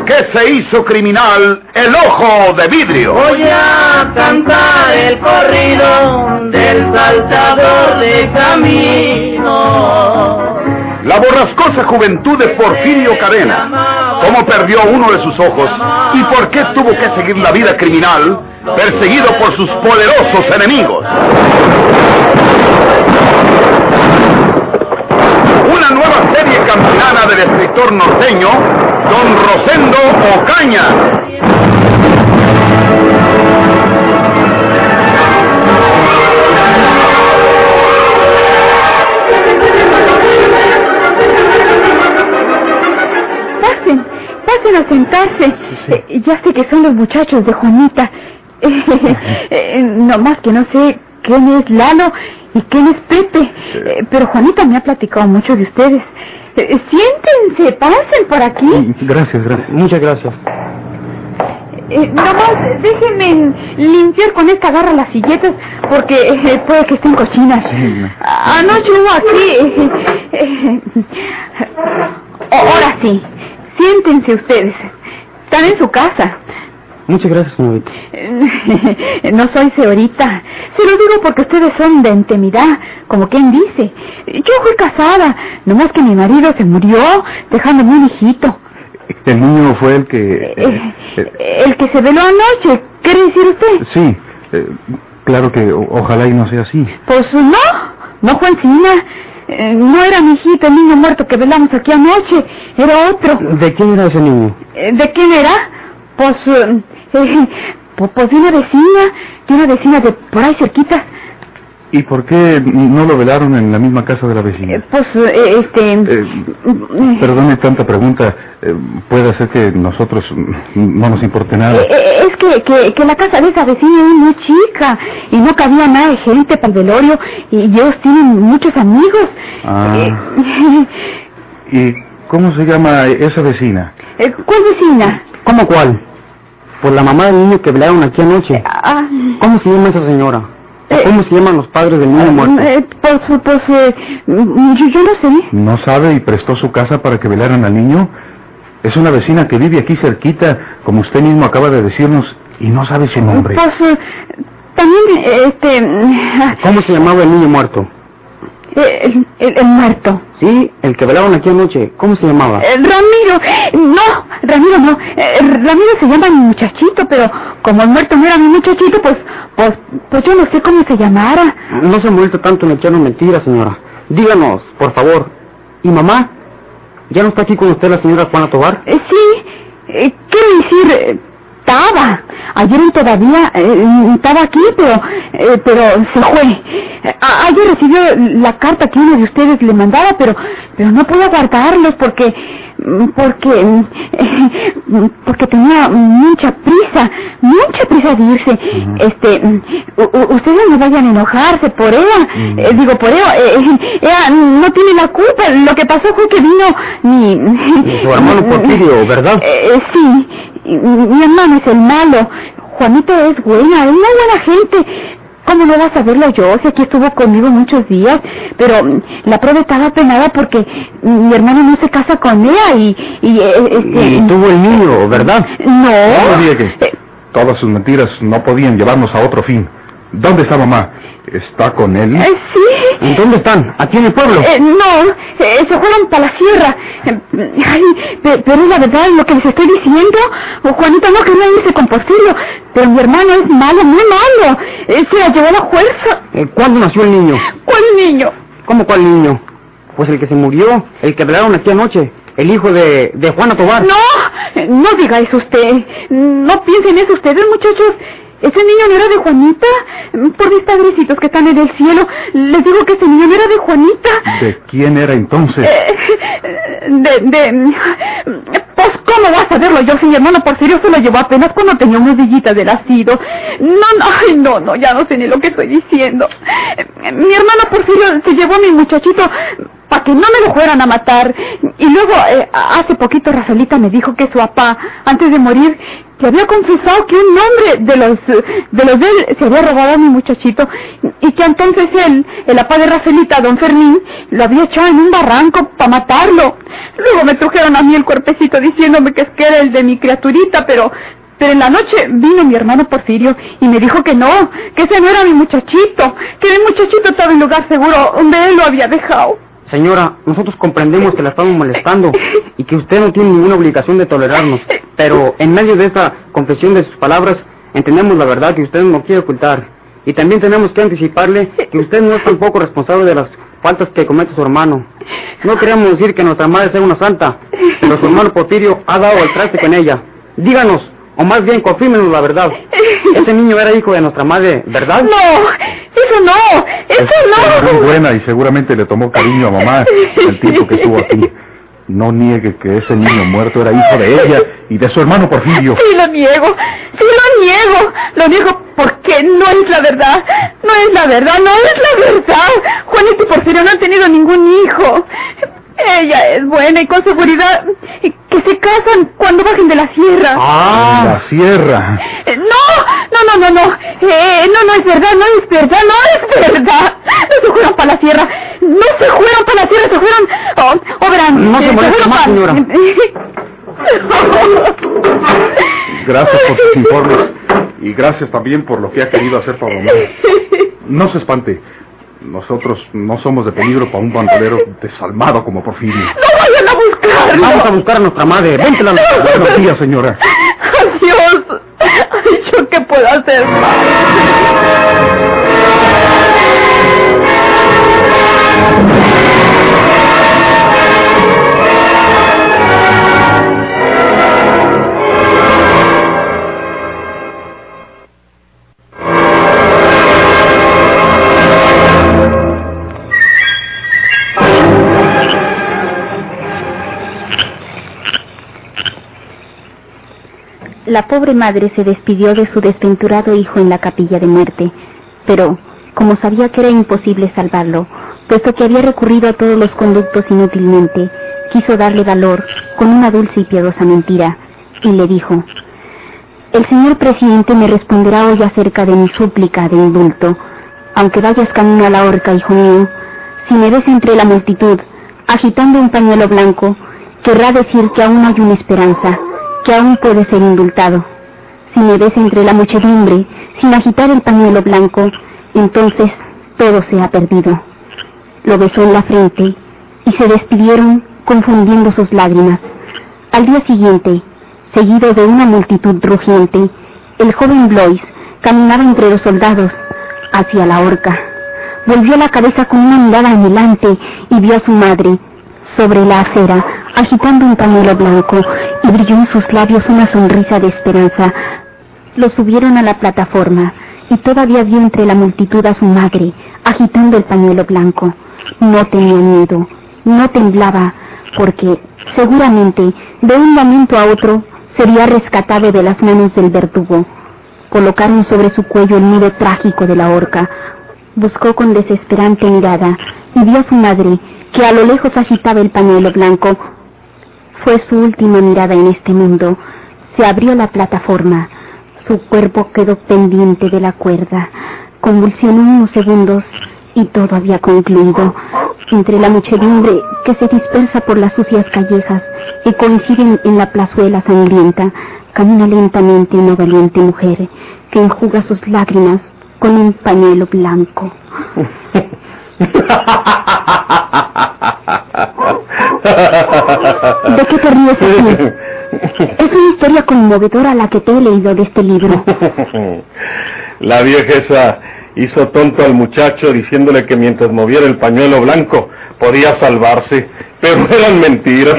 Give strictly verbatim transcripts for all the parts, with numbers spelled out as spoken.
¿Por qué se hizo criminal el ojo de vidrio? Voy a cantar el corrido del saltador de camino. La borrascosa juventud de Porfirio Cadena. ¿Cómo perdió uno de sus ojos? ¿Y por qué tuvo que seguir la vida criminal, perseguido por sus poderosos enemigos? Una nueva serie campilana del escritor norteño, don Rosendo Ocaña. Pasen, pasen a sentarse. Sí, sí. Eh, ya sé que son los muchachos de Juanita. Eh, eh, no más que no sé quién es Lalo y quién es Pepe. Eh, pero Juanita me ha platicado mucho de ustedes. Eh, siéntense, pasen por aquí. Gracias, gracias. Muchas gracias. Eh, nomás déjenme limpiar con esta garra las silletas porque eh, puede que estén cochinas. Sí. Anoche hubo aquí. Eh, eh, ahora sí, siéntense ustedes. Están en su casa. Muchas gracias, señorita. No soy señorita. Se lo digo porque ustedes son de intimidad, como quien dice. Yo fui casada, nomás que mi marido se murió, dejándome un hijito. El niño fue el que... Eh, eh, eh, el que se veló anoche, ¿quiere decir usted? Sí, eh, claro que o- ojalá y no sea así. Pues no, no fue encima. Eh, no era mi hijito, el niño muerto que velamos aquí anoche, era otro. ¿De quién era ese niño? Eh, ¿De quién era? Pues, eh, eh, pues, pues de una vecina, de una vecina de por ahí cerquita. ¿Y por qué no lo velaron en la misma casa de la vecina? Eh, pues, eh, este... Eh, perdone tanta pregunta, eh, puede ser que nosotros mm, no nos importe nada. Eh, eh, es que, que, que la casa de esa vecina es muy chica y no cabía nada de gente para el velorio y ellos tienen muchos amigos. Ah. Eh, ¿Y cómo se llama esa vecina? eh, ¿Cuál vecina? ¿Cómo cuál? Por la mamá del niño que velaron aquí anoche. Ah, ¿Cómo se llama esa señora? Eh, ¿Cómo se llaman los padres del niño muerto? eh, pues, pues, eh, yo, yo no sé. ¿No sabe y prestó su casa para que velaran al niño? Es una vecina que vive aquí cerquita, como usted mismo acaba de decirnos, y no sabe su nombre. Pues, eh, también, eh, este... ¿Cómo se llamaba el niño muerto? eh, el, el, el muerto. Sí, el que velaron aquí anoche. ¿Cómo se llamaba? Eh, Ramiro, no, Ramiro no, eh, Ramiro se llama mi muchachito, pero como el muerto no era mi muchachito, pues, pues, pues yo no sé cómo se llamara. No se molesta tanto en echarnos mentiras, señora. Díganos, por favor. ¿Y mamá? ¿Ya no está aquí con usted la señora Juana Tobar? Eh, sí, eh, quiero decir, eh, estaba, ayer todavía eh, estaba aquí, pero, eh, pero se fue. Eh, a- ayer recibió la carta que uno de ustedes le mandaba, pero, pero no puedo guardarlos porque, porque, eh, porque tenía mucha prisa, mucha prisa de irse. Ujú. Este, u- u- ustedes no vayan a enojarse por ella, Ujú. eh, digo por ella, eh, ella no tiene la culpa. Lo que pasó fue que vino mi, Su hermano Porfirio, ¿verdad? Eh, sí, mi, mi hermano es el malo. Juanito es buena, es muy buena gente. ¿Cómo no vas a verlo yo? Si aquí estuvo conmigo muchos días, pero mm, la prueba estaba penada porque mm, mi hermano no se casa con ella y... Y, eh, este, Y tuvo el niño, ¿verdad? No. No me diga que Eh, todas sus mentiras no podían llevarnos a otro fin. ¿Dónde está mamá? ¿Está con él? eh, sí. ¿En dónde están? ¿Aquí en el pueblo? Eh, no, eh, se fueron para la sierra. Eh, ay, pe- pero es la verdad lo que les estoy diciendo. O Juanita no quería irse con Porfirio, pero mi hermano es malo, muy malo. Eh, se la llevó a la fuerza. Eh, ¿Cuándo nació el niño? ¿Cuál niño? ¿Cómo cuál niño? Pues el que se murió, el que velaron aquí anoche, el hijo de, de Juana Tobar. No, eh, no diga eso usted. No piensen eso ustedes, muchachos. Ese niño no era de Juanita. Por mis padrecitos que están en el cielo, les digo que ese niño no era de Juanita. ¿De quién era entonces? Eh, de, de... Pues, ¿cómo vas a verlo yo si mi hermano Porfirio se lo llevó apenas cuando tenía unos dillitas de nacido? No, no, ay, no, no, ya no sé ni lo que estoy diciendo. Mi hermano Porfirio se llevó a mi muchachito para que no me lo fueran a matar. Y luego, eh, hace poquito Rafaelita me dijo que su papá, antes de morir, que había confesado que un hombre de los de los de él se había robado a mi muchachito, y que entonces él, el papá de Rafaelita, don Fermín, lo había echado en un barranco para matarlo. Luego me trajeron a mí el cuerpecito diciéndome que es que era el de mi criaturita, pero... Pero en la noche vino mi hermano Porfirio y me dijo que no, que ese no era mi muchachito, que mi muchachito estaba en lugar seguro donde él lo había dejado. Señora, nosotros comprendemos que la estamos molestando y que usted no tiene ninguna obligación de tolerarnos, pero en medio de esta confesión de sus palabras entendemos la verdad que usted no quiere ocultar, y también tenemos que anticiparle que usted no es tampoco responsable de las faltas que comete su hermano. No queremos decir que nuestra madre sea una santa, pero su hermano Porfirio ha dado el traste con ella. Díganos, o más bien, confírmenos la verdad. Ese niño era hijo de nuestra madre, ¿verdad? No, eso no, eso es, no. Es muy buena y seguramente le tomó cariño a mamá el tiempo que estuvo aquí. No niegue que ese niño muerto era hijo de ella y de su hermano Porfirio. Sí, lo niego, sí lo niego. Lo niego porque no es la verdad. No es la verdad, no es la verdad. Juanito y Porfirio no han tenido ningún hijo. Ella es buena y con seguridad que se casan cuando bajen de la sierra. Ah, la sierra. Eh, no, no, no, no, no. Eh, no, no es verdad, no es verdad, no es verdad. No se fueron para la sierra. No se fueron para la sierra, se fueron... Oh, oh verán. No se moleste más, señora. Gracias por sus informes y gracias también por lo que ha querido hacer por mamá. No se espante. Nosotros no somos de peligro para un bandolero desalmado como Porfirio. ¡No vayan a buscarlo! Vamos a buscar a nuestra madre. Véntela. Buenos días, señora. Adiós. Ay, ¿yo qué puedo hacer? La pobre madre se despidió de su desventurado hijo en la capilla de muerte, pero, como sabía que era imposible salvarlo, puesto que había recurrido a todos los conductos inútilmente, quiso darle valor con una dulce y piadosa mentira, y le dijo: el señor presidente me responderá hoy acerca de mi súplica de indulto. Aunque vayas camino a la horca, hijo mío, si me ves entre la multitud, agitando un pañuelo blanco, querrá decir que aún hay una esperanza, que aún puede ser indultado. Si me ves entre la muchedumbre, sin agitar el pañuelo blanco, entonces todo se ha perdido. Lo besó en la frente y se despidieron confundiendo sus lágrimas. Al día siguiente, seguido de una multitud rugiente, el joven Blois caminaba entre los soldados hacia la horca. Volvió la cabeza con una mirada anhelante y vio a su madre sobre la acera, agitando un pañuelo blanco, y brilló en sus labios una sonrisa de esperanza. Lo subieron a la plataforma, y todavía vio entre la multitud a su madre, agitando el pañuelo blanco. No tenía miedo, no temblaba, porque, seguramente, de un momento a otro, sería rescatado de las manos del verdugo. Colocaron sobre su cuello el nudo trágico de la horca. Buscó con desesperante mirada, y vio a su madre, que a lo lejos agitaba el pañuelo blanco. Fue su última mirada en este mundo. Se abrió la plataforma. Su cuerpo quedó pendiente de la cuerda. Convulsionó unos segundos y todo había concluido. Entre la muchedumbre que se dispersa por las sucias callejas y coinciden en la plazuela sangrienta, camina lentamente una valiente mujer que enjuga sus lágrimas con un pañuelo blanco. ¿De qué te ríes así? Es una historia conmovedora la que te he leído de este libro. La vieja esa hizo tonto al muchacho diciéndole que mientras moviera el pañuelo blanco podía salvarse, pero eran mentiras.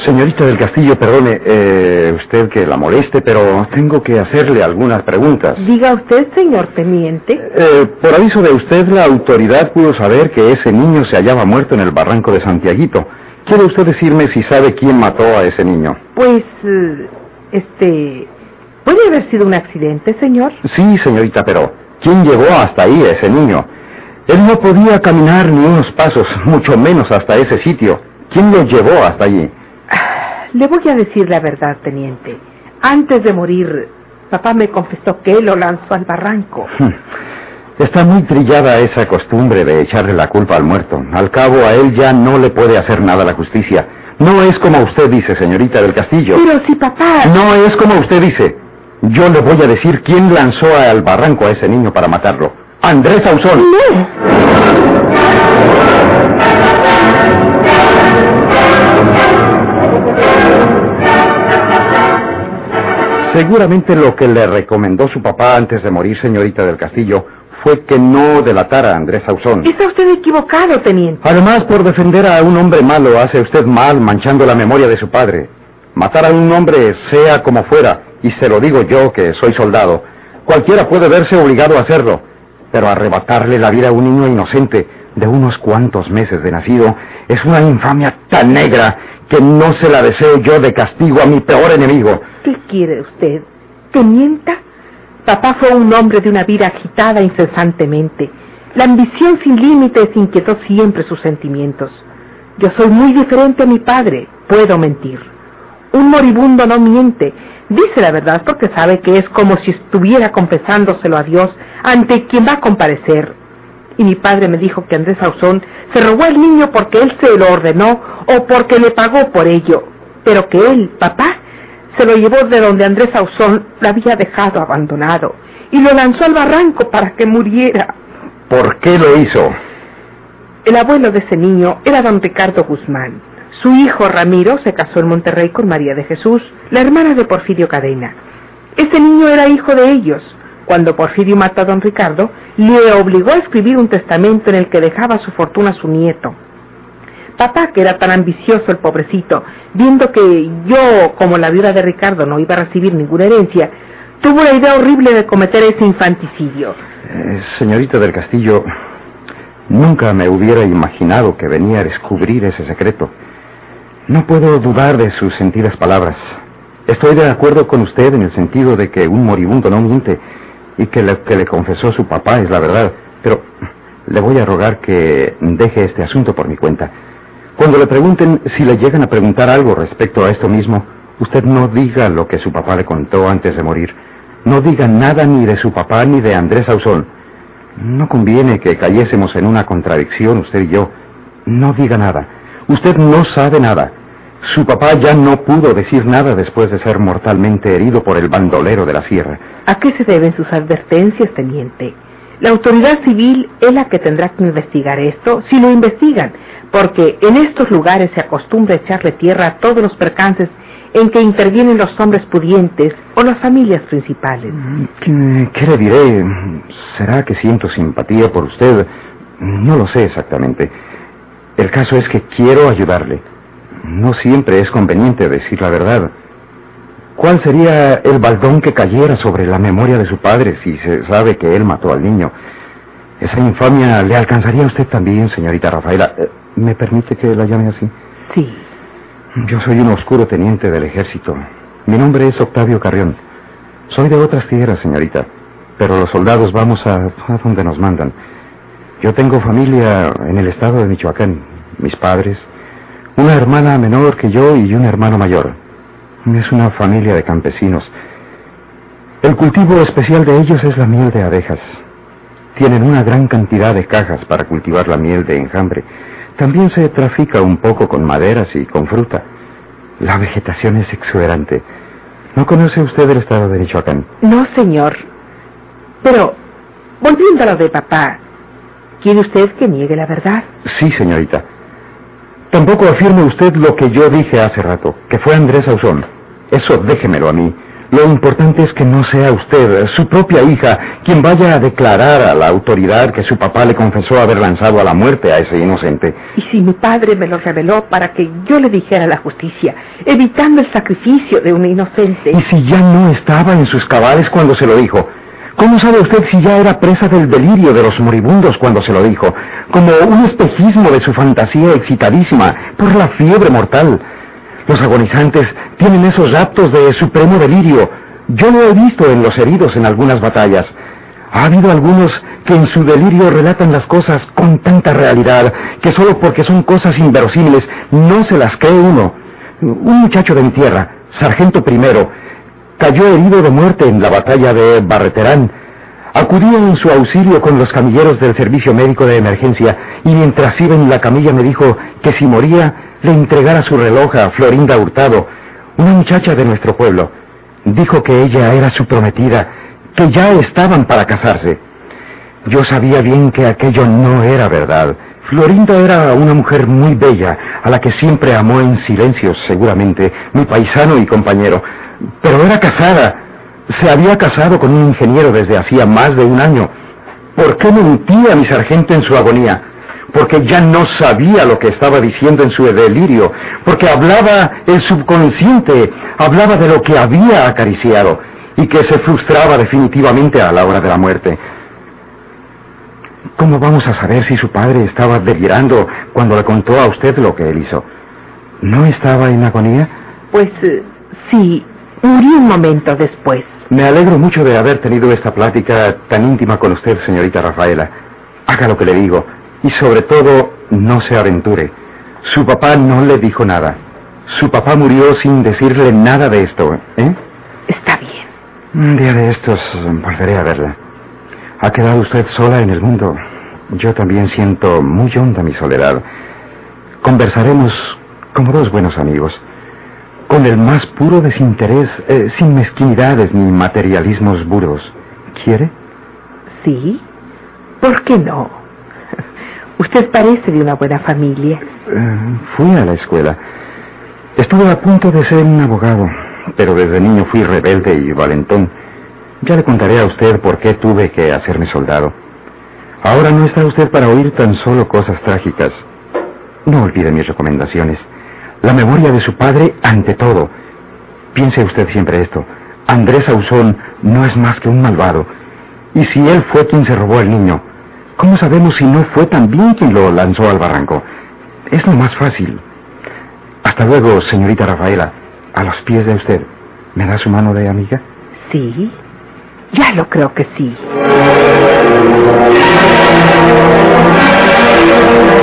Señorita del Castillo, perdone, eh, usted que la moleste, pero tengo que hacerle algunas preguntas. Diga usted, señor teniente. Eh, por aviso de usted, la autoridad pudo saber que ese niño se hallaba muerto en el barranco de Santiaguito. ¿Quiere usted decirme si sabe quién mató a ese niño? Pues, este... ¿puede haber sido un accidente, señor? Sí, señorita, pero ¿quién llevó hasta ahí a ese niño? Él no podía caminar ni unos pasos, mucho menos hasta ese sitio. ¿Quién lo llevó hasta allí? Le voy a decir la verdad, teniente. Antes de morir, papá me confesó que él lo lanzó al barranco. Está muy trillada esa costumbre de echarle la culpa al muerto. Al cabo, a él ya no le puede hacer nada la justicia. No es como usted dice, señorita del Castillo. Pero si papá... No es como usted dice. Yo le voy a decir quién lanzó al barranco a ese niño para matarlo. Andrés Ausón. No. Seguramente lo que le recomendó su papá antes de morir, señorita del Castillo, fue que no delatara a Andrés Ausón. Está usted equivocado, teniente. Además, por defender a un hombre malo, hace usted mal manchando la memoria de su padre. Matar a un hombre, sea como fuera, y se lo digo yo que soy soldado, cualquiera puede verse obligado a hacerlo, pero arrebatarle la vida a un niño inocente de unos cuantos meses de nacido es una infamia tan negra que no se la deseo yo de castigo a mi peor enemigo. ¿Qué quiere usted? ¿Que mienta? Papá fue un hombre de una vida agitada incesantemente. La ambición sin límites inquietó siempre sus sentimientos. Yo soy muy diferente a mi padre, puedo mentir. Un moribundo no miente, dice la verdad porque sabe que es como si estuviera confesándoselo a Dios ante quien va a comparecer. Y mi padre me dijo que Andrés Ausón se robó al niño porque él se lo ordenó o porque le pagó por ello, pero que él, papá, se lo llevó de donde Andrés Ausón lo había dejado abandonado y lo lanzó al barranco para que muriera. ¿Por qué lo hizo? El abuelo de ese niño era don Ricardo Guzmán. Su hijo Ramiro se casó en Monterrey con María de Jesús, la hermana de Porfirio Cadena. Ese niño era hijo de ellos. Cuando Porfirio mató a don Ricardo, le obligó a escribir un testamento en el que dejaba su fortuna a su nieto. Papá, que era tan ambicioso el pobrecito, viendo que yo, como la viuda de Ricardo, no iba a recibir ninguna herencia, tuvo la idea horrible de cometer ese infanticidio. Eh, señorita del Castillo, nunca me hubiera imaginado que venía a descubrir ese secreto. No puedo dudar de sus sentidas palabras. Estoy de acuerdo con usted en el sentido de que un moribundo no miente y que lo que le confesó su papá es la verdad, pero le voy a rogar que deje este asunto por mi cuenta. Cuando le pregunten, si le llegan a preguntar algo respecto a esto mismo, usted no diga lo que su papá le contó antes de morir. No diga nada ni de su papá ni de Andrés Ausón. No conviene que cayésemos en una contradicción usted y yo. No diga nada. Usted no sabe nada. Su papá ya no pudo decir nada después de ser mortalmente herido por el bandolero de la sierra. ¿A qué se deben sus advertencias, teniente? La autoridad civil es la que tendrá que investigar esto, si lo investigan, porque en estos lugares se acostumbra echarle tierra a todos los percances en que intervienen los hombres pudientes o las familias principales. ¿Qué, qué le diré? ¿Será que siento simpatía por usted? No lo sé exactamente. El caso es que quiero ayudarle. No siempre es conveniente decir la verdad. ¿Cuál sería el baldón que cayera sobre la memoria de su padre si se sabe que él mató al niño? Esa infamia le alcanzaría a usted también, señorita Rafaela. ¿Me permite que la llame así? Sí. Yo soy un oscuro teniente del ejército. Mi nombre es Octavio Carrión. Soy de otras tierras, señorita, pero los soldados vamos a, a donde nos mandan. Yo tengo familia en el estado de Michoacán. Mis padres, una hermana menor que yo y un hermano mayor. Es una familia de campesinos. El cultivo especial de ellos es la miel de abejas. Tienen una gran cantidad de cajas para cultivar la miel de enjambre. También se trafica un poco con maderas y con fruta. La vegetación es exuberante. ¿No conoce usted el estado de Michoacán? No, señor. Pero, volviendo a lo de papá, ¿quiere usted que niegue la verdad? Sí, señorita. Tampoco afirme usted lo que yo dije hace rato, que fue Andrés Ausón. Eso déjemelo a mí. Lo importante es que no sea usted, su propia hija, quien vaya a declarar a la autoridad que su papá le confesó haber lanzado a la muerte a ese inocente. ¿Y si mi padre me lo reveló para que yo le dijera a la justicia, evitando el sacrificio de un inocente? ¿Y si ya no estaba en sus cabales cuando se lo dijo? ¿Cómo sabe usted si ya era presa del delirio de los moribundos cuando se lo dijo? Como un espejismo de su fantasía excitadísima por la fiebre mortal. Los agonizantes tienen esos raptos de supremo delirio. Yo lo he visto en los heridos en algunas batallas. Ha habido algunos que en su delirio relatan las cosas con tanta realidad que solo porque son cosas inverosímiles no se las cree uno. Un muchacho de mi tierra, sargento primero, cayó herido de muerte en la batalla de Barreterán. Acudí en su auxilio con los camilleros del servicio médico de emergencia y mientras iba en la camilla me dijo que si moría le entregara su reloj a Florinda Hurtado, una muchacha de nuestro pueblo. Dijo que ella era su prometida, que ya estaban para casarse. Yo sabía bien que aquello no era verdad. Florinda era una mujer muy bella, a la que siempre amó en silencio, seguramente, mi paisano y compañero. Pero era casada. Se había casado con un ingeniero desde hacía más de un año. ¿Por qué mentía mi sargento en su agonía? Porque ya no sabía lo que estaba diciendo en su delirio, porque hablaba el subconsciente, hablaba de lo que había acariciado y que se frustraba definitivamente a la hora de la muerte. ¿Cómo vamos a saber si su padre estaba delirando cuando le contó a usted lo que él hizo? ¿No estaba en agonía? Pues eh, sí, murió un momento después. Me alegro mucho de haber tenido esta plática tan íntima con usted, señorita Rafaela. Haga lo que le digo. Y sobre todo, no se aventure. Su papá no le dijo nada. Su papá murió sin decirle nada de esto, ¿eh? Está bien. Un día de estos volveré a verla. Ha quedado usted sola en el mundo. Yo también siento muy honda mi soledad. Conversaremos como dos buenos amigos, con el más puro desinterés, eh, sin mezquinidades ni materialismos burdos. ¿Quiere? Sí. ¿Por qué no? Usted parece de una buena familia. Eh, fui a la escuela. Estuve a punto de ser un abogado, pero desde niño fui rebelde y valentón. Ya le contaré a usted por qué tuve que hacerme soldado. Ahora no está usted para oír tan solo cosas trágicas. No olvide mis recomendaciones. La memoria de su padre ante todo. Piense usted siempre esto. Andrés Ausón no es más que un malvado. Y si él fue quien se robó al niño, ¿cómo sabemos si no fue también quien lo lanzó al barranco? Es lo más fácil. Hasta luego, señorita Rafaela. A los pies de usted. ¿Me da su mano de amiga? Sí, ya lo creo que sí.